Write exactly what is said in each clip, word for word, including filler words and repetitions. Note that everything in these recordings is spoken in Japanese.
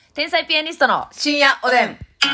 天才ピアニストの深夜おでん。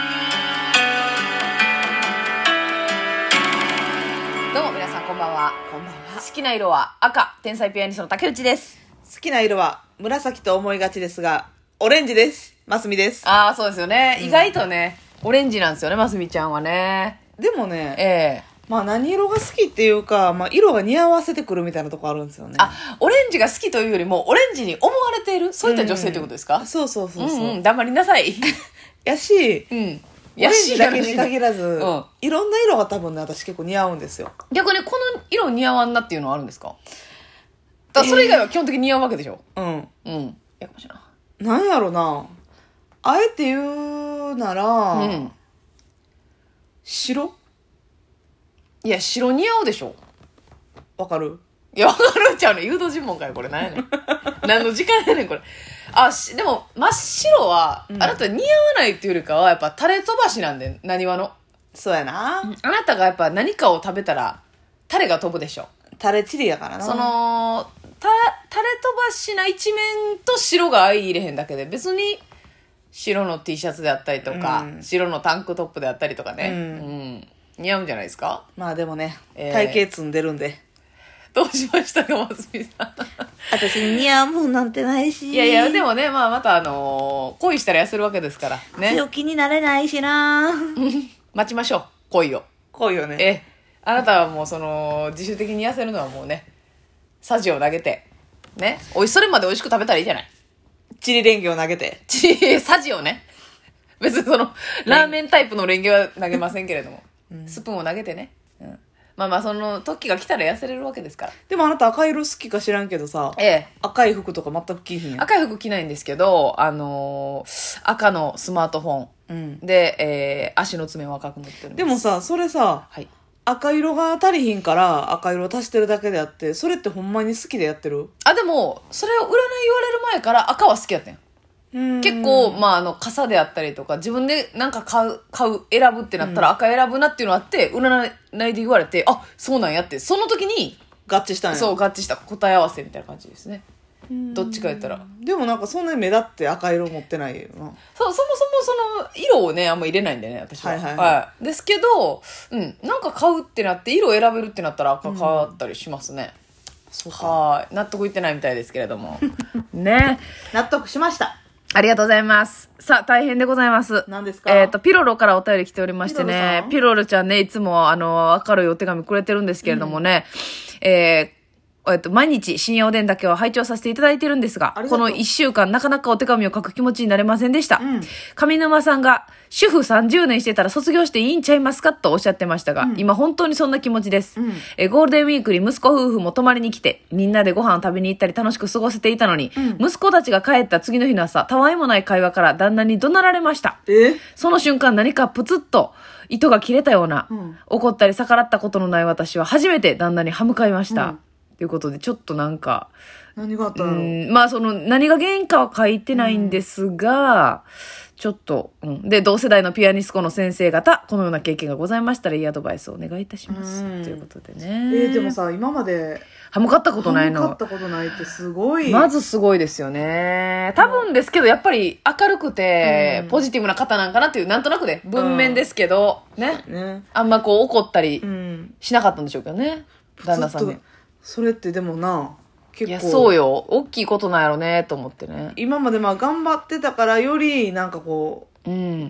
どうも皆さんこんばんは。 こんばんは。 好きな色は赤、天才ピアニストの竹内です。 好きな色は紫と思いがちですが、オレンジです。ますみです。 ああ、そうですよね、うん、意外とねオレンジなんですよね、ますみちゃんはね。 でもね、 ええー、 まあ何色が好きっていうか、まあ色が似合わせてくるみたいなとこあるんですよね。 あ、オレンジが好きというよりもオレンジに思われている、そういった女性ということですか？ うん、そうそうそうそう、 うんうん、黙りなさいやし、 うん、 オレンジだけに限らず、 うん、 いろんな色が多分ね、私結構似合うんですよ。 逆にこの色似合わんなっていうのはあるんですか？だからそれ以外は基本的に似合うわけでしょ。 えー、うんうんやかもしれない。 なんやろな、あえて言うなら、うん、白。 いや白似合うでしょ。 わかる？ いやわかるんちゃうね。誘導尋問かよこれ。何やねん何の時間やねんこれ。あしでも真っ白は、うん、あなた似合わないっていうよりかはやっぱタレ飛ばしなんで、何話の。 そうやな、 あなたがやっぱ何かを食べたらタレが飛ぶでしょ。 タレチリやからな。 そのタタレ飛ばしな一面と白が相入れへんだけで、別に白の T シャツであったりとか、うん、白のタンクトップであったりとかね、うんうん似合うんじゃないですか。 まあでもね、えー、体型積んでるんで。 どうしましたかますみさん私に似合うもんなんてないし。 いやいやでもね、まあまたあのー、恋したら痩せるわけですからね。 強気になれないしな待ちましょう、恋を。 恋をね。 えあなたはもうその自主的に痩せるのはもうね、サジを投げてね、おいそれまで美味しく食べたらいいじゃない。 チリレンゲを投げてチサジをね、別にそのラーメンタイプのレンゲは投げませんけれども、うん、スプーンを投げてね、うん、まあまあその時が来たら痩せれるわけですから。 でもあなた赤色好きか知らんけどさ、 ええ、 赤い服とか全く着ひんやん。 赤い服着ないんですけど、あのー、赤のスマートフォン、うん、で、えー、足の爪を赤く塗ってるんです。 でもさそれさ、はい、赤色が足りひんから赤色足してるだけであって、それってほんまに好きでやってる？ あでもそれを占い言われる前から赤は好きやったんや。結構、まあ、あの傘であったりとか自分でなんか買う買う選ぶってなったら赤選ぶなっていうのあって、占いで言われて、あそうなんやって、その時に合致したんや。 そう合致した答え合わせみたいな感じですね。どっちか言ったら。 でもなんかそんなに目立って赤色持ってないよな。 そう、そもそもその色をねあんま入れないんでね私は、はいはいはいはい、ですけど、うん、なんか買うってなって色を選べるってなったら赤買ったりしますね、うん、そうか。はい納得いってないみたいですけれどもね納得しました。 ありがとうございます。さあ、大変でございます。 何ですか？ えっと、ピロロからお便り来ておりましてね。ピロ, ピロロちゃんね、いつも、あの、明るいお手紙くれてるんですけれどもね、うん、えーえっと、毎日深夜おでんだけは拝聴させていただいてるんですが、この一週間なかなかお手紙を書く気持ちになれませんでした。うん、上沼さんが主婦さんじゅうねんしてたら卒業していいんちゃいますかとおっしゃってましたが、うん、今本当にそんな気持ちです、うんえ。ゴールデンウィークに息子夫婦も泊まりに来て、みんなでご飯を食べに行ったり楽しく過ごせていたのに、うん、息子たちが帰った次の日の朝、たわいもない会話から旦那に怒鳴られました。 えその瞬間何かプツッと糸が切れたような、うん、怒ったり逆らったことのない私は初めて旦那に歯向かいました。うんということで、ちょっとなんか、 何があったの？ うんまあ、その、何が原因かは書いてないんですが、うん、ちょっと、うん。で、同世代のピアニスコの先生方、このような経験がございましたら、いいアドバイスをお願いいたします。ということでね。 えー、でもさ、今まで、 歯向かったことないの。 歯向かったことないってすごい。 まずすごいですよね。多分ですけど、やっぱり明るくて、うん、ポジティブな方なんかなっていう、なんとなくで、文面ですけど、うん、ね, ね。あんまこう怒ったりしなかったんでしょうけどね。うん、旦那さんに。 それってでもな結構いやそうよ大きいことなんやろねと思ってね。 今までまあ頑張ってたからよりなんかこう、うん、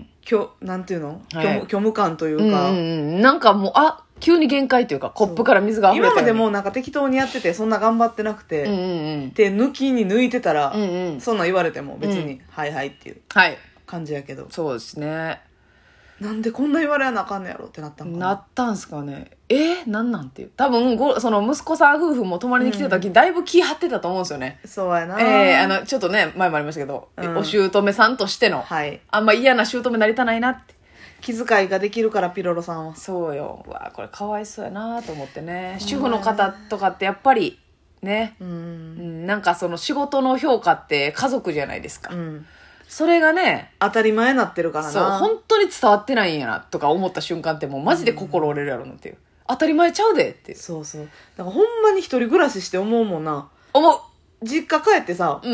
きょなんていうの、はい、虚, 虚無感というか、 うんうん、なんかもうあ急に限界というかコップから水が溢れたように。 今までもうなんか適当にやっててそんな頑張ってなくて、うんうんうん、手抜きに抜いてたら、うんうん、そんなん言われても別に、うん、はいはいっていう感じやけど、 そうですね。 なんでこんな言われなあかんのやろってなったんかな。 なったんすかね。えー、なんなんていう。多分ごその息子さん夫婦も泊まりに来てた時、うん、だいぶ気張ってたと思うんですよね。 そうやな。 えー、あのちょっとね前もありましたけど、うん、お姑さんとしての、はい、あんま嫌な姑になりたないなって気遣いができるからピロロさんは。 そうよ。わこれかわいそうやなと思ってね。主婦の方とかってやっぱりね、うん、うん、なんかその仕事の評価って家族じゃないですか。うんそれがね当たり前になってるからな。 そう本当に伝わってないんやなとか思った瞬間ってもうマジで心折れるやろなっていう、うん、当たり前ちゃうでっていう。 そうそうだからほんまに一人暮らしして思うもんな。 思う。 実家帰ってさ、うん、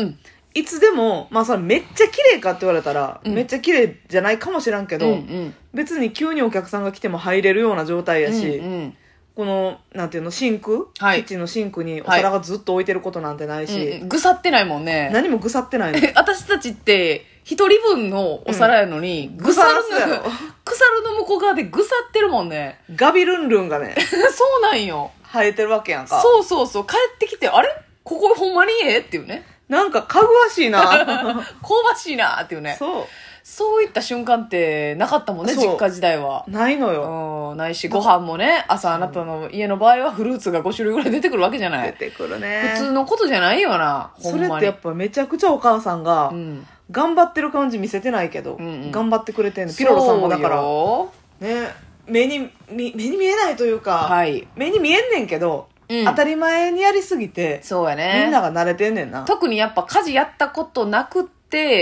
いつでも、まあそれめっちゃ綺麗かって言われたら、うん、めっちゃ綺麗じゃないかもしらんけど、うんうん、別に急にお客さんが来ても入れるような状態やし、うんうん、この、なんていうの、シンク、はい、キッチンのシンクにお皿がずっと置いてることなんてないし。はいうん、ぐさってないもんね。 何もぐさってないの。 私たちって、一人分のお皿やのに、うん、ぐさるの、腐るの向こう側でぐさってるもんね。 ガビルンルンがね。 そうなんよ。 生えてるわけやんか。 そうそうそう。帰ってきて、あれここほんまにええっていうね。 なんかかぐわしいな。 香ばしいなっていうね。 そう。 そういった瞬間ってなかったもんね、実家時代は。 ないのよ。 うん、ないし、ご飯もね、朝あなたの家の場合はフルーツがご種類ぐらい出てくるわけじゃない。 出てくるね。 普通のことじゃないよな、 ほんまに。それってやっぱめちゃくちゃお母さんが、頑張ってる感じ見せてないけど、うんうん、頑張ってくれてんの。ピロロさんもだから、ね、目に、目に見えないというか、はい、目に見えんねんけど、うん、当たり前にやりすぎて、 そうやね。 みんなが慣れてんねんな。 特にやっぱ家事やったことなくって、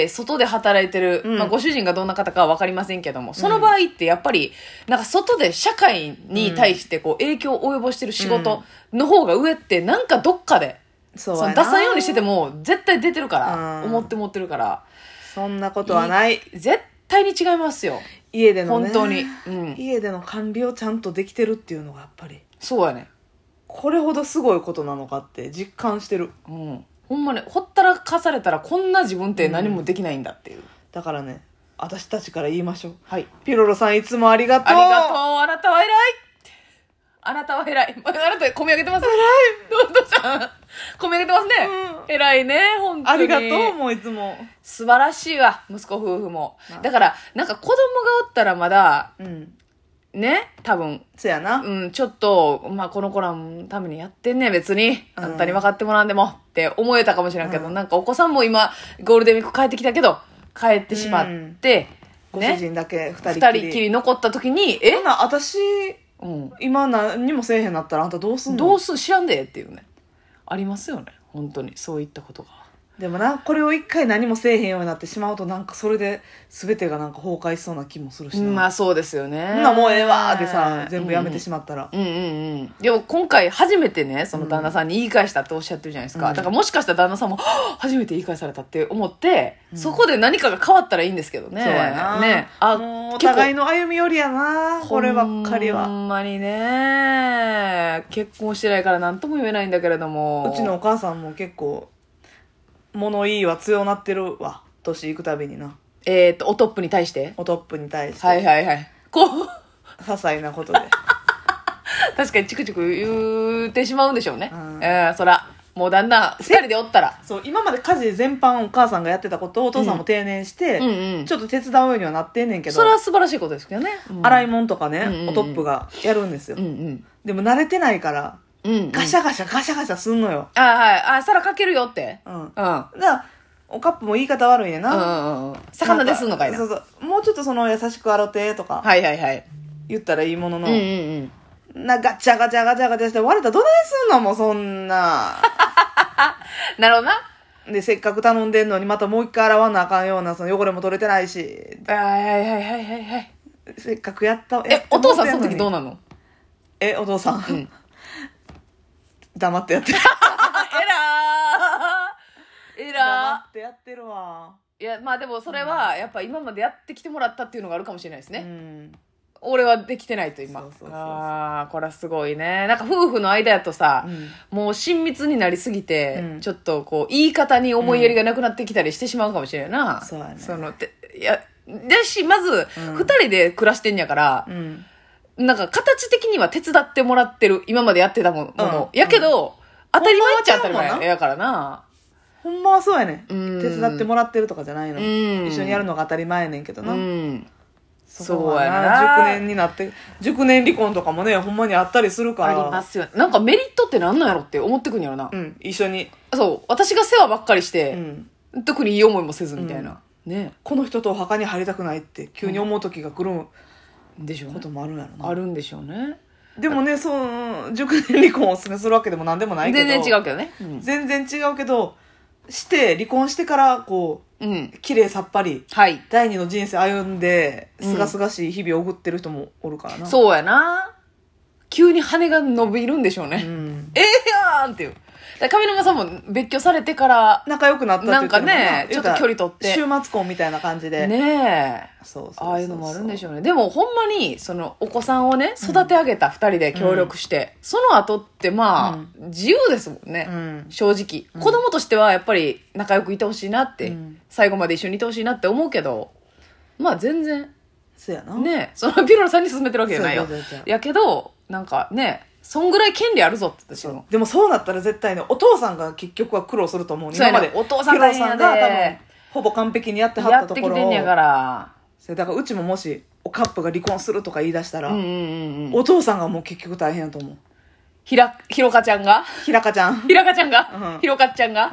外で働いてる、うん、まあご主人がどんな方かはわかりませんけども、その場合ってやっぱり、なんか外で社会に対してこう影響を及ぼしてる仕事の方が上って、なんかどっかで、そうその出さんようにしてても絶対出てるから、思って持ってるから。 そんなことはない。 絶対に違いますよ。 家でのね。 本当に、うん。 家での管理をちゃんとできてるっていうのがやっぱり。 そうやね。 これほどすごいことなのかって実感してる。 うん。ほんまね、ほったらかされたらこんな自分って何もできないんだっていう。うん、 だからね、私たちから言いましょう。 はい。 ピロロさんいつもありがとう。 ありがとう。あなたは偉い。あなたは偉い。あなた込み上げてます。偉い。どうどうしたん込み上げてますね。うん、偉いね、本当に。 ありがとう、もういつも。 素晴らしいわ、息子夫婦も。だから、なんか子供がおったらまだ、うん、ね、多分。 そやな。 うん、ちょっと、まあ、この子らのためにやってんね、別に。あんたに分かってもらうんでも、って思えたかもしれんけど、うん、なんかお子さんも今、ゴールデンウィーク帰ってきたけど、帰ってしまって、 うん、ね、ご主人だけ二人きり。 二人きり残った時に、 えほな、私、うん、今何もせえへんなったらあんたどうすんの？ どうすん知らんでっていうね。ありますよね。本当に。そういったことが。 でもな、これを一回何もせえへんようになってしまうと、なんかそれで全てがなんか崩壊しそうな気もするしな。 まあそうですよね。 な、もうええわーでさ、全部やめてしまったら。 うんうんうん。でも今回初めてね、その旦那さんに言い返したっておっしゃってるじゃないですか。うん、だからもしかしたら旦那さんも、初めて言い返されたって思って、うん、そこで何かが変わったらいいんですけどね。 そうやな。 ね。 あ、もうお互いの歩み寄りやな、こればっかりは。 ほんまにね。結婚してないから何とも言えないんだけれども。 うちのお母さんも結構、物言いは強なってるわ、年行くたびにな。 えっとおトップに対しておトップに対してはいはいはいこう些細なことで確かにチクチク言ってしまうんでしょうね、うん、えー、そらもう旦那ふたりでおったらそう今まで家事全般お母さんがやってたことをお父さんも定年して、うんうんうん、ちょっと手伝うようにはなってんねんけどそれは素晴らしいことですけどね、 うん、洗い物とかね、うんうんうん、おトップがやるんですよ、うんうん、でも慣れてないからうんうん、ガシャガシャガシャガシャすんのよ。 あはいあ皿かけるよって。うん。うん。だからおカップも言い方悪いねんな。 うんうんうん。魚ですんのかいな。 そうそう。もうちょっとその優しく洗ってとか。 はいはいはい。 言ったらいいものの。 うんうんうん。なガチャガチャガチャガチャして割れたらどないすんのもうそんな。 なるほどな。 でせっかく頼んでんのにまたもう一回洗わなあかんようなその汚れも取れてないし。 はいはいはいはいはいはい。 せっかくやった。 えお父さんその時どうなの？ えお父さん。うん黙ってやってる。えらーえらー黙ってやってるわ。 いや、まあでもそれは、やっぱ今までやってきてもらったっていうのがあるかもしれないですね。うん、俺はできてないと今。そうそうそうそうああ、これはすごいね。なんか夫婦の間やとさ、うん、もう親密になりすぎて、うん、ちょっとこう、言い方に思いやりがなくなってきたりしてしまうかもしれないな。うん、そうやね。その、ていや、だし、まず、二、人で暮らしてんやから、うんなんか形的には手伝ってもらってる今までやってたもの、うん、やけど、うん、当たり前っちゃ当たり前やからなほんまはそうやね、うん、手伝ってもらってるとかじゃないの、うん、一緒にやるのが当たり前やねんけどな、うん、そうやな熟年になって熟年離婚とかもねほんまにあったりするからありますよなんかメリットってなんなんやろって思ってくんやろな、 うん、一緒にそう私が世話ばっかりして、うん、特にいい思いもせずみたいな、うん、ねこの人とお墓に入りたくないって急に思う時が来る、うんでしょうね、 こともあるんやろなあるんでしょうねでもねその熟年離婚をおすすめするわけでもなんでもないけど全然違うけどね、 うん、全然違うけどして離婚してからこう、うん、綺麗さっぱり、はい、第二の人生歩んですがすがしい日々を送ってる人もおるからな、 うん、そうやな急に羽が伸びるんでしょうね、うん、ええやんっていう上沼さんも別居されてから仲良くなったって言ってるもんな。 なんかねちょっと距離取って週末婚みたいな感じでねえそうそうそうそう、 ああいうのもあるんでしょうね。でもほんまにそのお子さんをね育て上げたふたりで協力して、うん、その後ってまあ、うん、自由ですもんね、うん、正直、うん、子供としてはやっぱり仲良くいてほしいなって、うん、最後まで一緒にいてほしいなって思うけど、まあ全然そうやなね、そのピロロさんに勧めてるわけじゃないよ。やけどなんかね、そんぐらい権利あるぞって私も。 でもそうなったら絶対ね、お父さんが結局は苦労すると思う。 今までお父さんが多分ほぼ完璧にやってはったところをやってきてんやから。 だからうちももしおカップが離婚するとか言い出したら、 うんうんうんうん、 お父さんがもう結局大変やと思う。 ひらひろかちゃんがひらかちゃんひらかちゃんが、うん、ひろかちゃんが、 うん、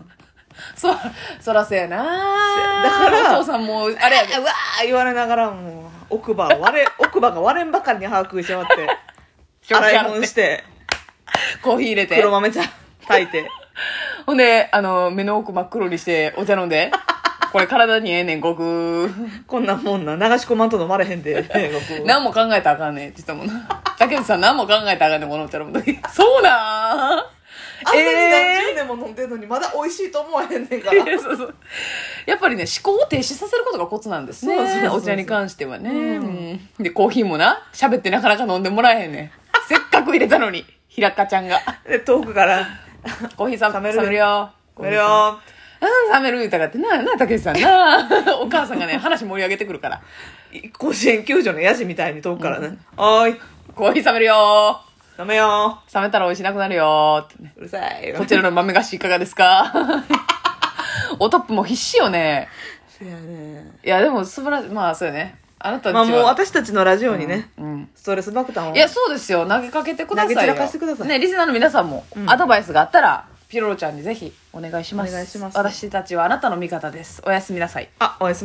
そそらせやな。だからお父さんもあれやでうわー言われながらもう奥歯割れ奥歯が割れんばかりに把握してまって洗い物してコーヒー入れて黒豆茶炊いてほんであの目の奥真っ黒にしてお茶飲んでこれ体にええねんごくこんなもんな流し込まんと飲まれへんで何も考えたらあかんねんって言ったもんな。竹内さん何も考えたらあかんねんこのお茶飲む時。そうなんあんなに何十年も飲んでんのにまだ美味しいと思わへんねんから。 そうそうやっぱりね思考を停止させることがコツなんですね。そうそうそうそうお茶に関してはね、うんうん、でコーヒーもな喋ってなかなか飲んでもらえへんねんせっかく入れたのにひらかちゃんがで遠くからコーヒー冷める冷めるよ冷めるよ冷める言うたかってなな竹内さんなお母さんがね話盛り上げてくるから甲子園球場のヤジみたいに遠くからね、うん、おーいコーヒー冷めるよ冷めよ冷めたら美味しなくなるよって、ね、 うるさいこちらの豆菓子いかがですかおトップも必死よね。 そうやね。 いやでも素晴らしい。まあそうやねあなたたちまは、 あもう私たちのラジオにね、 うんうん、 ストレス爆弾をいやそうですよ投げかけてくださいよ。 投げ散らかしてくださいね。リスナーの皆さんも、うん、アドバイスがあったらピロロちゃんにぜひお願いします。 お願いします。 私たちはあなたの味方です。おやすみなさい。 あおやすみ